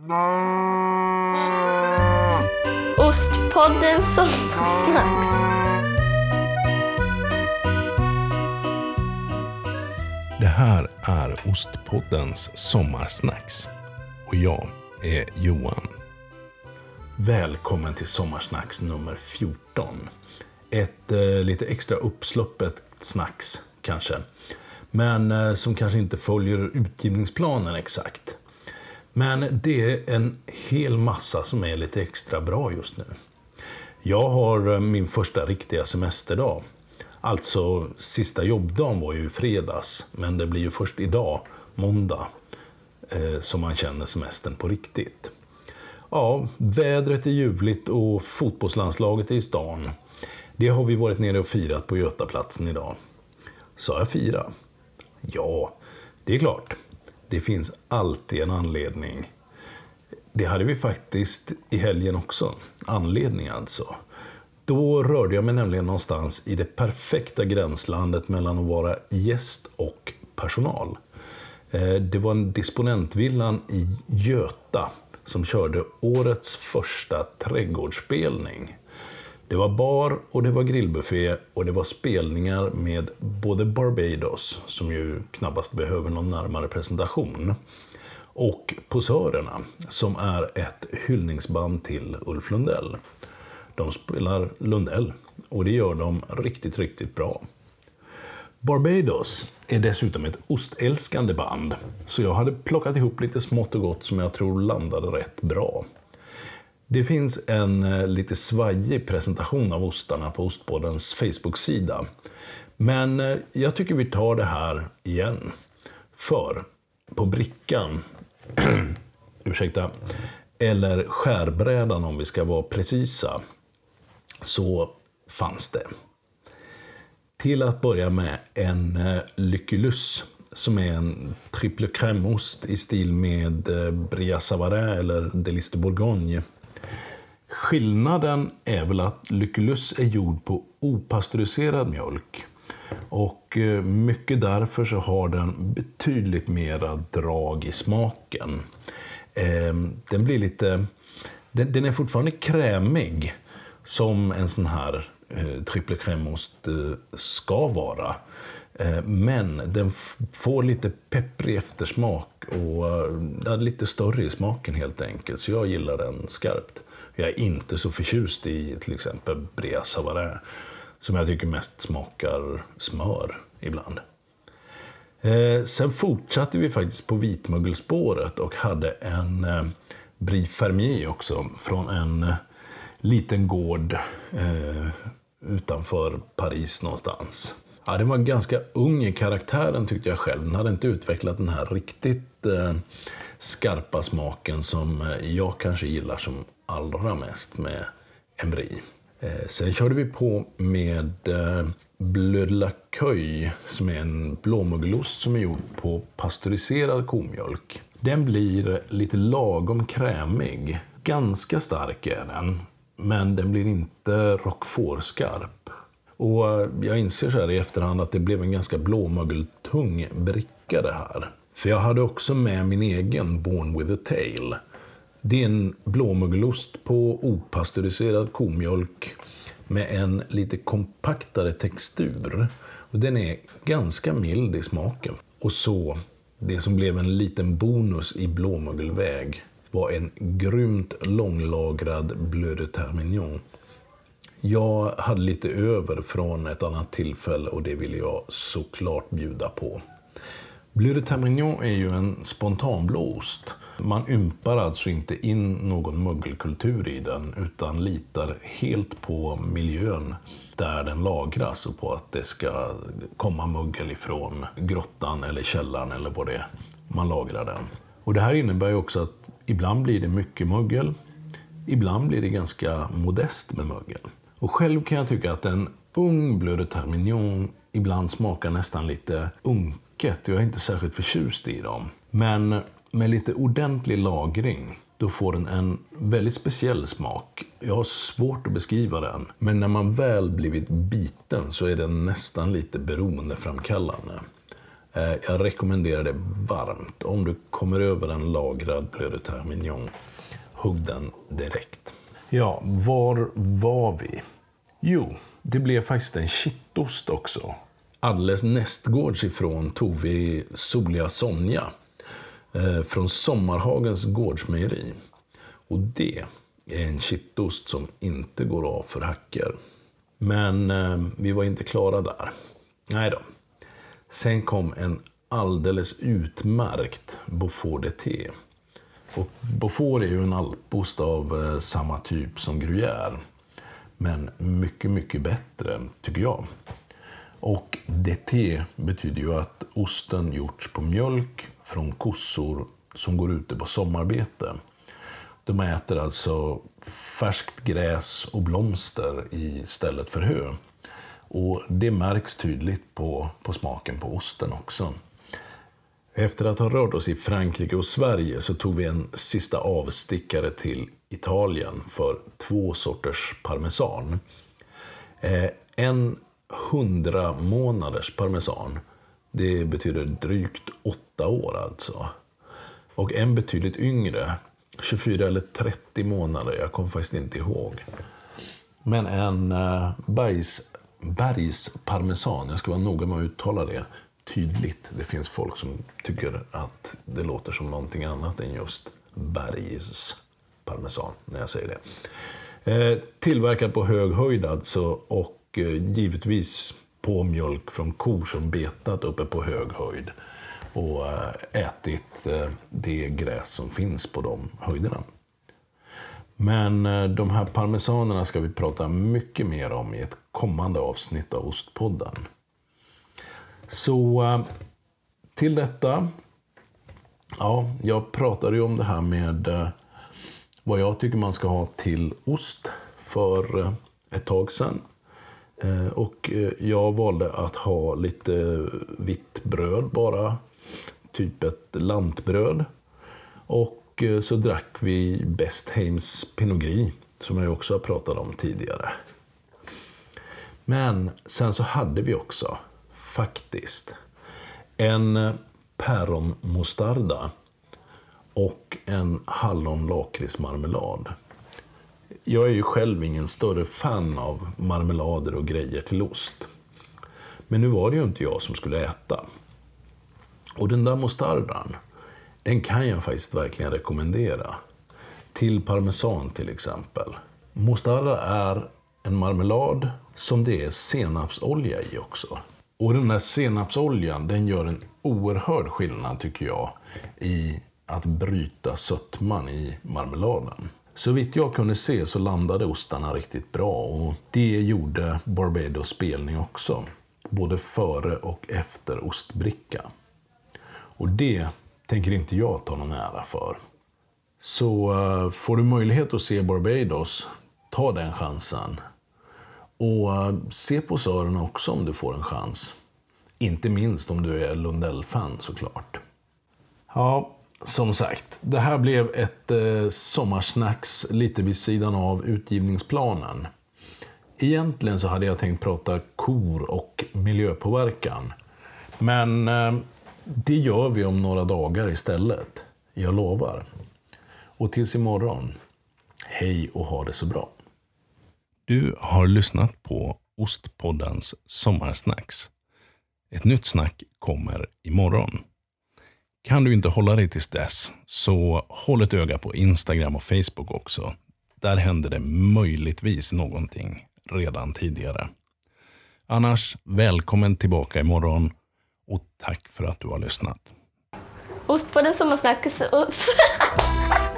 Ostpodden Sommarsnacks. Det här är Ostpoddens Sommarsnacks. Och jag är Johan. Välkommen till Sommarsnacks nummer 14. Ett lite extra uppsluppet snacks kanske. Men som kanske inte följer utgivningsplanen exakt. Men det är en hel massa som är lite extra bra just nu. Jag har min första riktiga semesterdag. Alltså sista jobbdagen var ju fredags. Men det blir ju först idag, måndag, som man känner semestern på riktigt. Ja, vädret är ljuvligt och fotbollslandslaget är i stan. Det har vi varit nere och firat på Götaplatsen idag. Sa jag fira? Ja, det är klart. Det finns alltid en anledning. Det hade vi faktiskt i helgen också. Anledning alltså. Då rörde jag mig nämligen någonstans i det perfekta gränslandet mellan att vara gäst och personal. Det var en disponentvillan i Göta som körde årets första trädgårdsspelning. Det var bar och det var grillbuffé och det var spelningar med både Barbados, som ju knappast behöver någon närmare presentation, och Posörerna, som är ett hyllningsband till Ulf Lundell. De spelar Lundell och det gör de riktigt, riktigt bra. Barbados är dessutom ett ostälskande band, så jag hade plockat ihop lite smått och gott som jag tror landade rätt bra. Det finns en lite svajig presentation av ostarna på Ostpoddens Facebook-sida. Men jag tycker vi tar det här igen. För på brickan, ursäkta, eller skärbrädan om vi ska vara precisa, så fanns det. Till att börja med en Lyckelus som är en triple crème-ost i stil med Bria Savarin eller Délice de Bourgogne. Skillnaden är väl att Lyckelus är gjord på opastöriserad mjölk. Och mycket därför så har den betydligt mera drag i smaken. Den blir lite... Den är fortfarande krämig som en sån här triple crème-ost ska vara. Men den får lite pepprig eftersmak och lite större i smaken helt enkelt. Så jag gillar den skarpt. Jag är inte så förtjust i till exempel Bria Savarin, som jag tycker mest smakar smör ibland. Sen fortsatte vi faktiskt på vitmögelspåret och hade en Brie Fermier också från en liten gård utanför Paris någonstans. Ja, den var ganska ung i karaktären tyckte jag själv. Den hade inte utvecklat den här riktigt skarpa smaken som jag kanske gillar som allra mest med en Brie. Sen körde vi på med Bleu de la Cueille som är en blåmögelost som är gjord på pastöriserad komjölk. Den blir lite lagom krämig. Ganska stark är den, men den blir inte roquefort-skarp. Och jag inser så här i efterhand att det blev en ganska blåmögeltung bricka det här. För jag hade också med min egen Born with a Tail. Det är en blåmögelost på opastöriserad komjölk med en lite kompaktare textur. Och den är ganska mild i smaken. Och så, det som blev en liten bonus i blåmögelväg var en grymt långlagrad Bleu de Termignon. Jag hade lite över från ett annat tillfälle och det ville jag såklart bjuda på. Bleu de Termignon är ju en spontanblåst. Man ympar alltså inte in någon mögelkultur i den utan litar helt på miljön där den lagras och på att det ska komma mögel ifrån grottan eller källaren eller vad det är man lagrar den. Och det här innebär ju också att ibland blir det mycket mögel, ibland blir det ganska modest med mögel. Och själv kan jag tycka att en ung Bleu de Termignon ibland smakar nästan lite unket. Jag är inte särskilt förtjust i dem. Men med lite ordentlig lagring, då får den en väldigt speciell smak. Jag har svårt att beskriva den. Men när man väl blivit biten så är den nästan lite beroendeframkallande. Jag rekommenderar det varmt. Om du kommer över en lagrad brödet här mignon, hugg den direkt. Ja, var var vi? Jo, det blev faktiskt en kittost också. Alldeles nästgårds ifrån tog vi Soliga Sonja från Sommarhagens gårdsmejeri. Och det är en kittost som inte går av för hacker. Men vi var inte klara där. Nej då. Sen kom en alldeles utmärkt Beaufort DT. Och Beaufort är ju en alpost av samma typ som Gruyère. Men mycket, mycket bättre tycker jag. Och DT betyder ju att osten gjorts på mjölk från kossor som går ute på sommarbete. De äter alltså färskt gräs och blomster istället för hö. Och det märks tydligt på smaken på osten också. Efter att ha rört oss i Frankrike och Sverige så tog vi en sista avstickare till Italien för 2 sorters parmesan. En 100 månaders parmesan, det betyder drygt 8 år alltså. Och en betydligt yngre, 24 eller 30 månader, jag kommer faktiskt inte ihåg. Men en bergsparmesan, jag ska vara noga med att uttala det tydligt. Det finns folk som tycker att det låter som någonting annat än just bergsparmesan när jag säger det. Tillverkad på hög höjd alltså, och givetvis på mjölk från kor som betat uppe på hög höjd och ätit det gräs som finns på de höjderna. Men de här parmesanerna ska vi prata mycket mer om i ett kommande avsnitt av Ostpodden. Så till detta, ja, jag pratade ju om det här med vad jag tycker man ska ha till ost för ett tag sedan. Och jag valde att ha lite vitt bröd bara, typ ett lantbröd. Och så drack vi Bestheims Pinot Gris, som jag också har pratat om tidigare. Men sen så hade vi också faktiskt en päronmostarda och en hallonlakritsmarmelad. Jag är ju själv ingen större fan av marmelader och grejer till ost. Men nu var det ju inte jag som skulle äta. Och den där mostardan, den kan jag faktiskt verkligen rekommendera. Till parmesan till exempel. Mostarda är en marmelad som det är senapsolja i också. Och den där senapsoljan, den gör en oerhörd skillnad tycker jag i att bryta sötman i marmeladen. Så vitt jag kunde se så landade ostarna riktigt bra, och det gjorde Barbados spelning också. Både före och efter ostbricka. Och det tänker inte jag ta någon ära för. Så får du möjlighet att se Barbados, ta den chansen. Och se på Sörerna också om du får en chans. Inte minst om du är Lundell-fan såklart. Ja, som sagt, det här blev ett sommarsnacks lite vid sidan av utgivningsplanen. Egentligen så hade jag tänkt prata kor och miljöpåverkan. Men det gör vi om några dagar istället. Jag lovar. Och tills imorgon, hej och ha det så bra. Du har lyssnat på Ostpoddens sommarsnacks. Ett nytt snack kommer imorgon. Kan du inte hålla dig tills dess, så håll ett öga på Instagram och Facebook också. Där händer det möjligtvis någonting redan tidigare. Annars, välkommen tillbaka imorgon och tack för att du har lyssnat. Ostpoddens sommarsnacks.